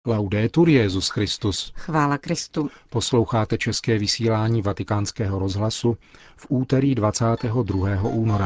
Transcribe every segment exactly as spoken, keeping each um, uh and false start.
Laudetur Jesus Christus. Chvála Kristu. Posloucháte české vysílání Vatikánského rozhlasu v úterý dvacátého druhého února.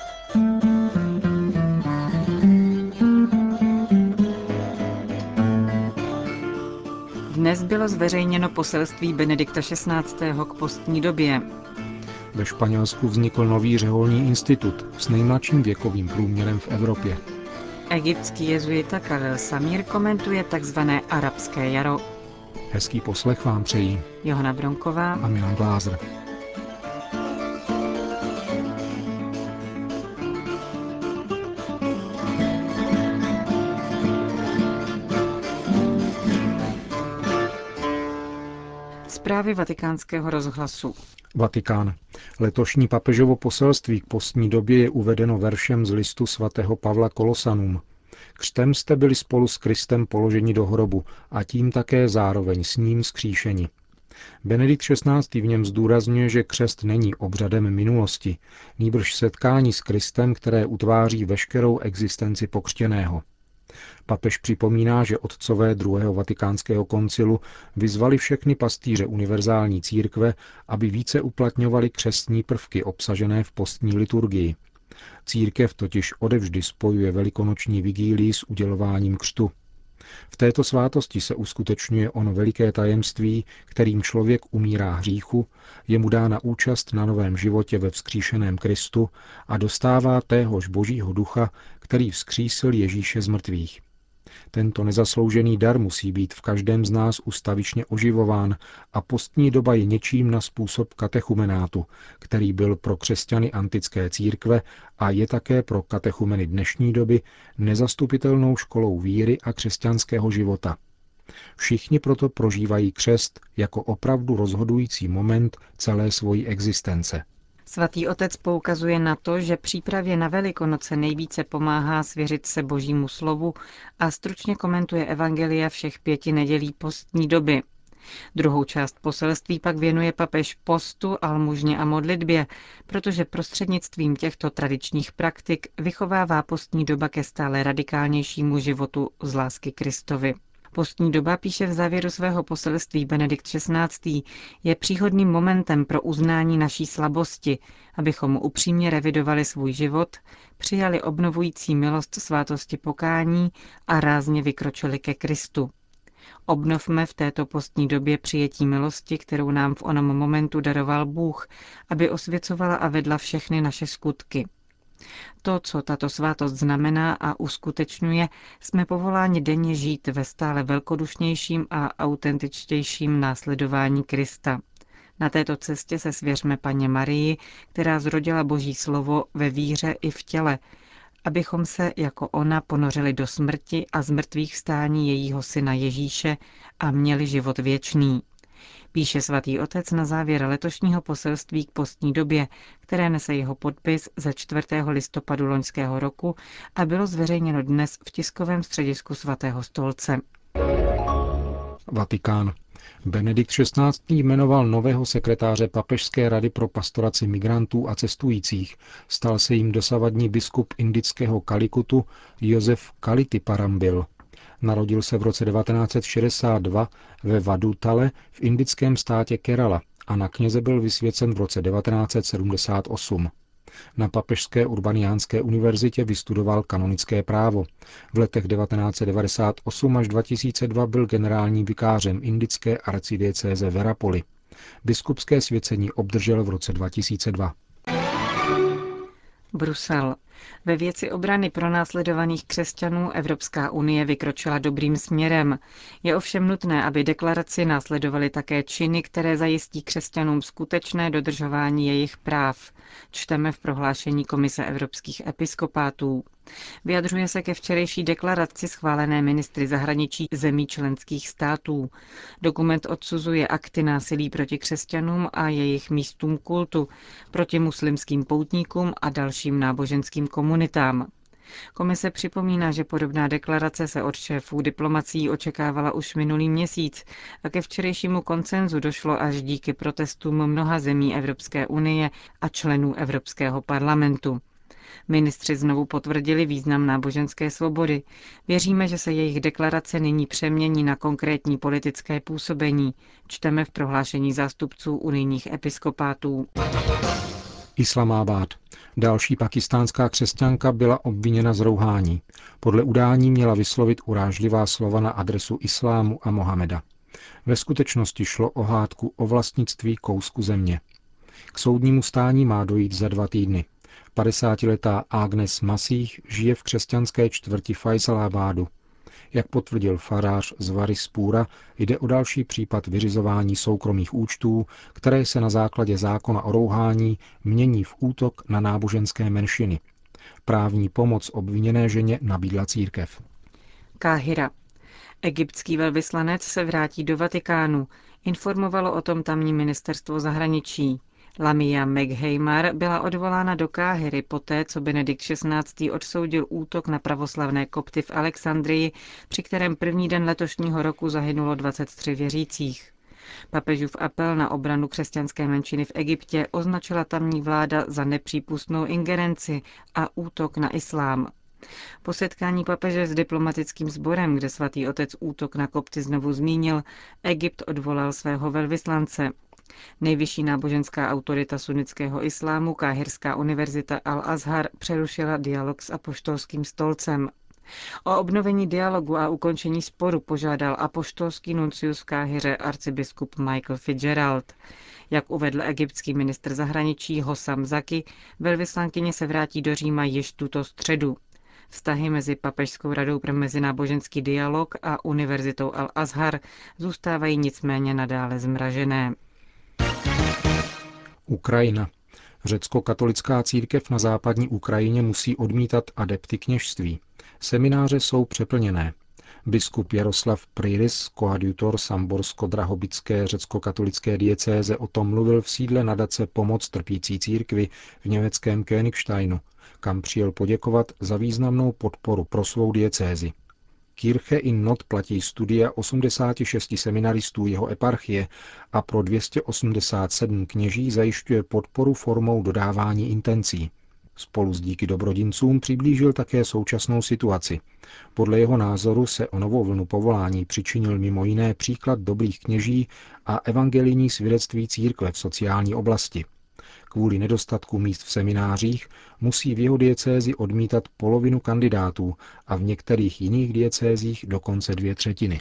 Dnes bylo zveřejněno poselství Benedikta šestnáctého k postní době. Ve Španělsku vznikl nový řeholní institut s nejmladším věkovým průměrem v Evropě. Egyptský jezuita Khalil Samir komentuje takzvané arabské jaro. Hezký poslech vám přejí Johana Bronková a Milan Glázer. Zprávy Vatikánského rozhlasu. Vatikán. Letošní papežovo poselství k postní době je uvedeno veršem z listu svatého Pavla Kolosanům. Křtem jste byli spolu s Kristem položeni do hrobu a tím také zároveň s ním vzkříšeni. Benedikt šestnáctý v něm zdůrazňuje, že křest není obřadem minulosti, nýbrž setkání s Kristem, které utváří veškerou existenci pokřtěného. Papež připomíná, že otcové druhého vatikánského koncilu vyzvali všechny pastýře univerzální církve, aby více uplatňovali křestní prvky obsažené v postní liturgii. Církev totiž odevždy spojuje velikonoční vigílii s udělováním křtu. V této svátosti se uskutečňuje ono veliké tajemství, kterým člověk umírá hříchu, je mu dána účast na novém životě ve vzkříšeném Kristu a dostává téhož Božího ducha, který vzkřísil Ježíše z mrtvých. Tento nezasloužený dar musí být v každém z nás ustavičně oživován a postní doba je něčím na způsob katechumenátu, který byl pro křesťany antické církve a je také pro katechumeny dnešní doby nezastupitelnou školou víry a křesťanského života. Všichni proto prožívají křest jako opravdu rozhodující moment celé svojí existence. Svatý otec poukazuje na to, že přípravě na Velikonoce nejvíce pomáhá svěřit se Božímu slovu a stručně komentuje evangelia všech pěti nedělí postní doby. Druhou část poselství pak věnuje papež postu, almužně a modlitbě, protože prostřednictvím těchto tradičních praktik vychovává postní doba ke stále radikálnějšímu životu z lásky Kristovi. Postní doba, píše v závěru svého poselství Benedikt šestnáctý, je příhodným momentem pro uznání naší slabosti, abychom upřímně revidovali svůj život, přijali obnovující milost svátosti pokání a rázně vykročili ke Kristu. Obnovme v této postní době přijetí milosti, kterou nám v onom momentu daroval Bůh, aby osvěcovala a vedla všechny naše skutky. To, co tato svátost znamená a uskutečňuje, jsme povoláni denně žít ve stále velkodušnějším a autentičtějším následování Krista. Na této cestě se svěřme Panně Marii, která zrodila Boží slovo ve víře i v těle, abychom se jako ona ponořili do smrti a zmrtvých vstání jejího syna Ježíše a měli život věčný. Píše svatý otec na závěr letošního poselství k postní době, které nese jeho podpis ze čtvrtého listopadu loňského roku a bylo zveřejněno dnes v tiskovém středisku svatého stolce. Vatikán. Benedikt šestnáctý jmenoval nového sekretáře Papežské rady pro pastoraci migrantů a cestujících. Stal se jim dosavadní biskup indického Kalikutu Josef Kalitiparambil. Narodil se v roce devatenáct set šedesát dva ve Vadutale v indickém státě Kerala a na kněze byl vysvěcen v roce devatenáct set sedmdesát osm. Na Papežské urbaniánské univerzitě vystudoval kanonické právo. V letech devatenáct set devadesát osm až dva tisíce dva byl generálním vikářem indické arcidiecéze v Erapoli. Biskupské svěcení obdržel v roce dva tisíce dva. Brusel. Ve věci obrany pronásledovaných křesťanů Evropská unie vykročila dobrým směrem. Je ovšem nutné, aby deklaraci následovaly také činy, které zajistí křesťanům skutečné dodržování jejich práv. Čteme v prohlášení Komise evropských episkopátů. Vyjadřuje se ke včerejší deklaraci schválené ministry zahraničí zemí členských států. Dokument odsuzuje akty násilí proti křesťanům a jejich místům kultu, proti muslimským poutníkům a dalším náboženským komunitám. Komise připomíná, že podobná deklarace se od šéfů diplomacií očekávala už minulý měsíc a ke včerejšímu konsenzu došlo až díky protestům mnoha zemí Evropské unie a členů Evropského parlamentu. Ministři znovu potvrdili význam náboženské svobody. Věříme, že se jejich deklarace nyní přemění na konkrétní politické působení, čteme v prohlášení zástupců unijních episkopátů. Islamabad. Další pakistánská křesťanka byla obviněna z rouhání. Podle udání měla vyslovit urážlivá slova na adresu islámu a Mohameda. Ve skutečnosti šlo o hádku o vlastnictví kousku země. K soudnímu stání má dojít za dva týdny. padesátiletá Agnes Masih žije v křesťanské čtvrti Faisalabadu. Jak potvrdil farář z Varispura, jde o další případ vyřizování soukromých účtů, které se na základě zákona o rouhání mění v útok na náboženské menšiny. Právní pomoc obviněné ženě nabídla církev. Káhira. Egyptský velvyslanec se vrátí do Vatikánu, informovalo o tom tamní ministerstvo zahraničí. Lamia Meghejmar byla odvolána do Káhiry poté, co Benedikt šestnáctý odsoudil útok na pravoslavné kopty v Alexandrii, při kterém první den letošního roku zahynulo dvacet tři věřících. Papežův apel na obranu křesťanské menšiny v Egyptě označila tamní vláda za nepřípustnou ingerenci a útok na islám. Po setkání papeže s diplomatickým sborem, kde svatý otec útok na kopty znovu zmínil, Egypt odvolal svého velvyslance. Nejvyšší náboženská autorita sunnického islámu, Káhirská univerzita Al-Azhar, přerušila dialog s apoštolským stolcem. O obnovení dialogu a ukončení sporu požádal apoštolský nuncius v Káhiře arcibiskup Michael Fitzgerald. Jak uvedl egyptský ministr zahraničí Hossam Zaki, velvyslankyně se vrátí do Říma již tuto středu. Vztahy mezi Papežskou radou pro mezináboženský dialog a univerzitou Al-Azhar zůstávají nicméně nadále zmražené. Ukrajina. Řecko-katolická církev na západní Ukrajině musí odmítat adepty kněžství. Semináře jsou přeplněné. Biskup Jaroslav Priris, koadjutor Samborsko-Drahobické řecko-katolické diecéze, o tom mluvil v sídle nadace Pomoc trpící církvi v německém Königsteinu, kam přijel poděkovat za významnou podporu pro svou diecézi. Kirche in Not platí studia osmdesáti šesti seminaristů jeho eparchie a pro dvě stě osmdesát sedm kněží zajišťuje podporu formou dodávání intencí. Spolu s díky dobrodincům přiblížil také současnou situaci. Podle jeho názoru se o novou vlnu povolání přičinil mimo jiné příklad dobrých kněží a evangelijní svědectví církve v sociální oblasti. Kvůli nedostatku míst v seminářích musí v jeho diecézi odmítat polovinu kandidátů a v některých jiných diecézích dokonce dvě třetiny.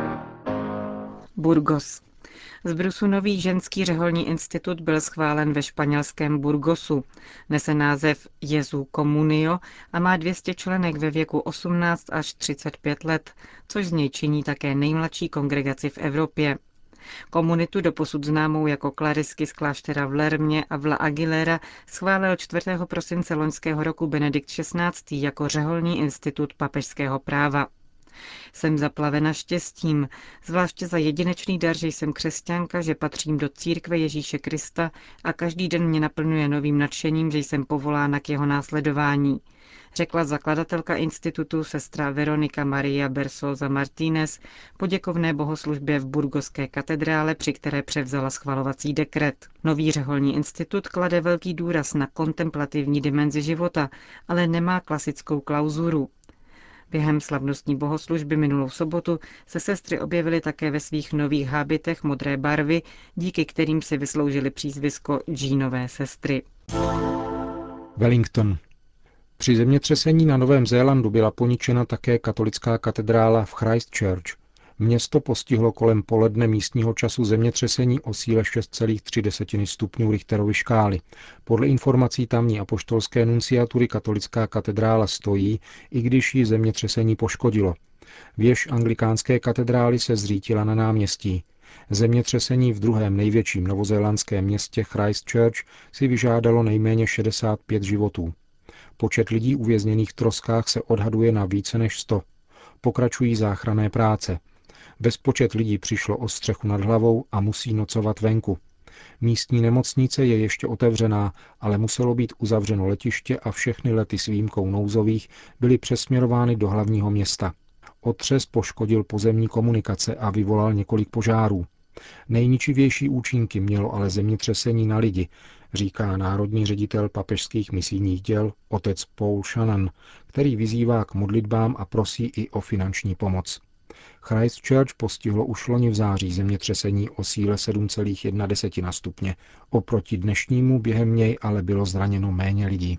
Burgos. Z Brusu nový ženský řeholní institut byl schválen ve španělském Burgosu. Nese název Jesu Comunio a má dvě stě členek ve věku osmnáct až třicet pět let, což z něj činí také nejmladší kongregaci v Evropě. Komunitu doposud známou jako klarisky z kláštera v Lermě a v La Aguilera schválil čtvrtého prosince loňského roku Benedikt šestnáctý jako řeholní institut papežského práva. Jsem zaplavena štěstím, zvláště za jedinečný dar, že jsem křesťanka, že patřím do církve Ježíše Krista a každý den mě naplňuje novým nadšením, že jsem povolána k jeho následování, řekla zakladatelka institutu sestra Veronika Maria Bersosa Martínez po děkovné bohoslužbě v Burgoské katedrále, při které převzala schvalovací dekret. Nový řeholní institut klade velký důraz na kontemplativní dimenzi života, ale nemá klasickou klauzuru. Během slavnostní bohoslužby minulou sobotu se sestry objevily také ve svých nových hábitech modré barvy, díky kterým si vysloužili přízvisko Jeanové sestry. Wellington. Při zemětřesení na Novém Zélandu byla poničena také katolická katedrála v Christchurch. Město postihlo kolem poledne místního času zemětřesení o síle šest celá tři stupňů Richterovy škály. Podle informací tamní apoštolské nunciatury katolická katedrála stojí, i když ji zemětřesení poškodilo. Věž anglikánské katedrály se zřítila na náměstí. Zemětřesení v druhém největším novozélandském městě Christchurch si vyžádalo nejméně šedesát pět životů. Počet lidí uvězněných v troskách se odhaduje na více než sto. Pokračují záchranné práce. Bezpočet lidí přišlo o střechu nad hlavou a musí nocovat venku. Místní nemocnice je ještě otevřená, ale muselo být uzavřeno letiště a všechny lety s výjimkou nouzových byly přesměrovány do hlavního města. Otřes poškodil pozemní komunikace a vyvolal několik požárů. Nejničivější účinky mělo ale zemětřesení na lidi, říká národní ředitel papežských misijních děl otec Paul Shannon, který vyzývá k modlitbám a prosí i o finanční pomoc. Christchurch postihlo už loni v září zemětřesení o síle sedm celá jedna stupně. Oproti dnešnímu během něj ale bylo zraněno méně lidí.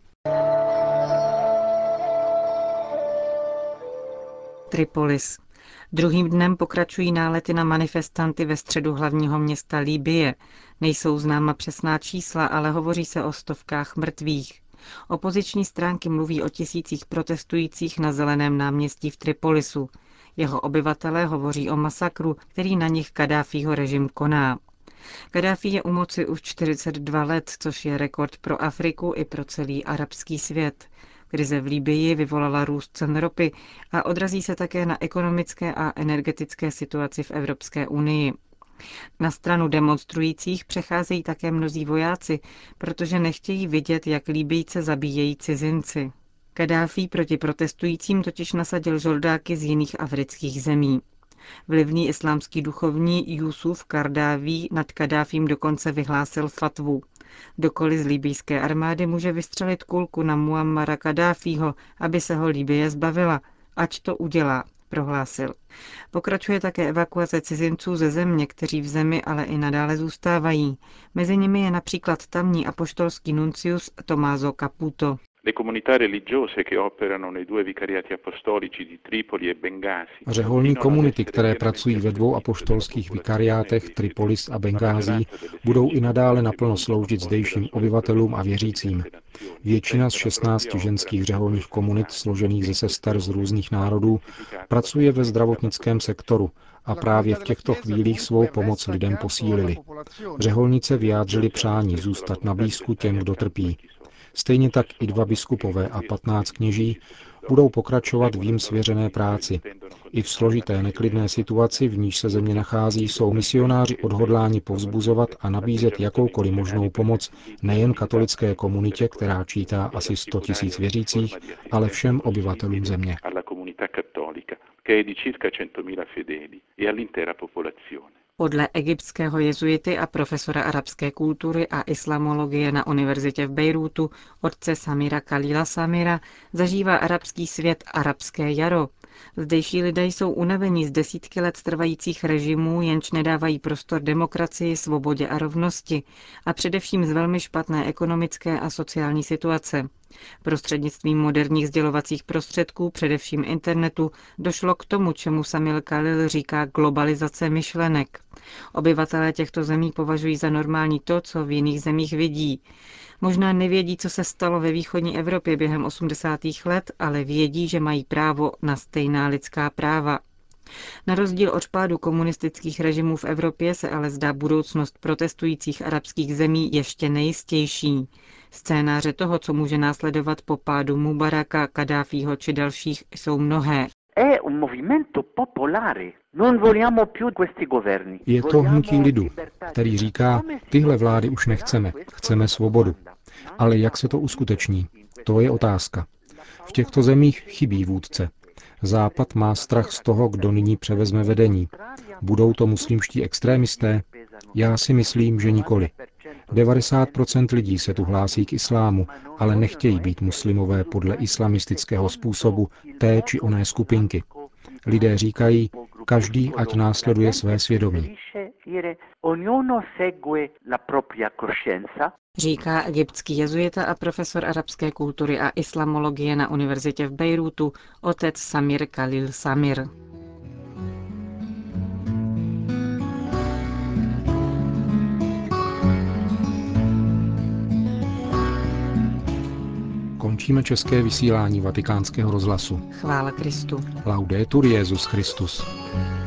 Tripolis. Druhým dnem pokračují nálety na manifestanty ve středu hlavního města Libye. Nejsou známa přesná čísla, ale hovoří se o stovkách mrtvých. Opoziční stránky mluví o tisících protestujících na Zeleném náměstí v Tripolisu. Jeho obyvatelé hovoří o masakru, který na nich Kaddáfího režim koná. Kaddáfí je u moci už čtyřicet dva let, což je rekord pro Afriku i pro celý arabský svět. Krize v Libyi vyvolala růst cen ropy a odrazí se také na ekonomické a energetické situaci v Evropské unii. Na stranu demonstrujících přecházejí také mnozí vojáci, protože nechtějí vidět, jak Libyjce zabíjejí cizinci. Kaddáfí proti protestujícím totiž nasadil žoldáky z jiných afrických zemí. Vlivný islámský duchovní Jusuf Kardáví nad Kaddáfím dokonce vyhlásil fatvu. Kdokoliv z libýské armády může vystřelit kulku na Muammara Kaddáfího, aby se ho Libye zbavila, ať to udělá, prohlásil. Pokračuje také evakuace cizinců ze země, kteří v zemi ale i nadále zůstávají. Mezi nimi je například tamní apoštolský nuncius Tommaso Caputo. Řeholní komunity, které pracují ve dvou apoštolských vikariátech Tripolis a Bengází, budou i nadále naplno sloužit zdejším obyvatelům a věřícím. Většina z šestnácti ženských řeholních komunit, složených ze sester z různých národů, pracuje ve zdravotnickém sektoru a právě v těchto chvílích svou pomoc lidem posílili. Řeholnice vyjádřili přání zůstat na blízku těm, kdo trpí. Stejně tak i dva biskupové a patnáct kněží budou pokračovat v jim svěřené práci. I v složité neklidné situaci, v níž se země nachází, jsou misionáři odhodláni povzbuzovat a nabízet jakoukoliv možnou pomoc nejen katolické komunitě, která čítá asi sto tisíc věřících, ale všem obyvatelům země. Podle egyptského jezuity a profesora arabské kultury a islamologie na univerzitě v Bejrútu, otce Samira Khalila Samira, zažívá arabský svět arabské jaro. Zdejší lidé jsou unavení z desítky let trvajících režimů, jenž nedávají prostor demokracii, svobodě a rovnosti, a především z velmi špatné ekonomické a sociální situace. Prostřednictvím moderních sdělovacích prostředků, především internetu, došlo k tomu, čemu Samil Khalil říká globalizace myšlenek. Obyvatelé těchto zemí považují za normální to, co v jiných zemích vidí. Možná nevědí, co se stalo ve východní Evropě během osmdesátých let, ale vědí, že mají právo na stejná lidská práva. Na rozdíl od pádu komunistických režimů v Evropě se ale zdá budoucnost protestujících arabských zemí ještě nejistější. Scénáře toho, co může následovat po pádu Mubaraka, Kaddáfího či dalších, jsou mnohé. Je to hnutí lidu, který říká, tyhle vlády už nechceme, chceme svobodu. Ale jak se to uskuteční? To je otázka. V těchto zemích chybí vůdce. Západ má strach z toho, kdo nyní převezme vedení. Budou to muslimští extrémisté? Já si myslím, že nikoli. devadesát procent lidí se tu hlásí k islámu, ale nechtějí být muslimové podle islamistického způsobu té či oné skupinky. Lidé říkají, každý ať následuje své svědomí. Říká egyptský jezuita a profesor arabské kultury a islamologie na univerzitě v Bejrútu, otec Samir Khalil Samir. Končíme české vysílání Vatikánského rozhlasu. Chvála Kristu. Laudetur Jesus Christus.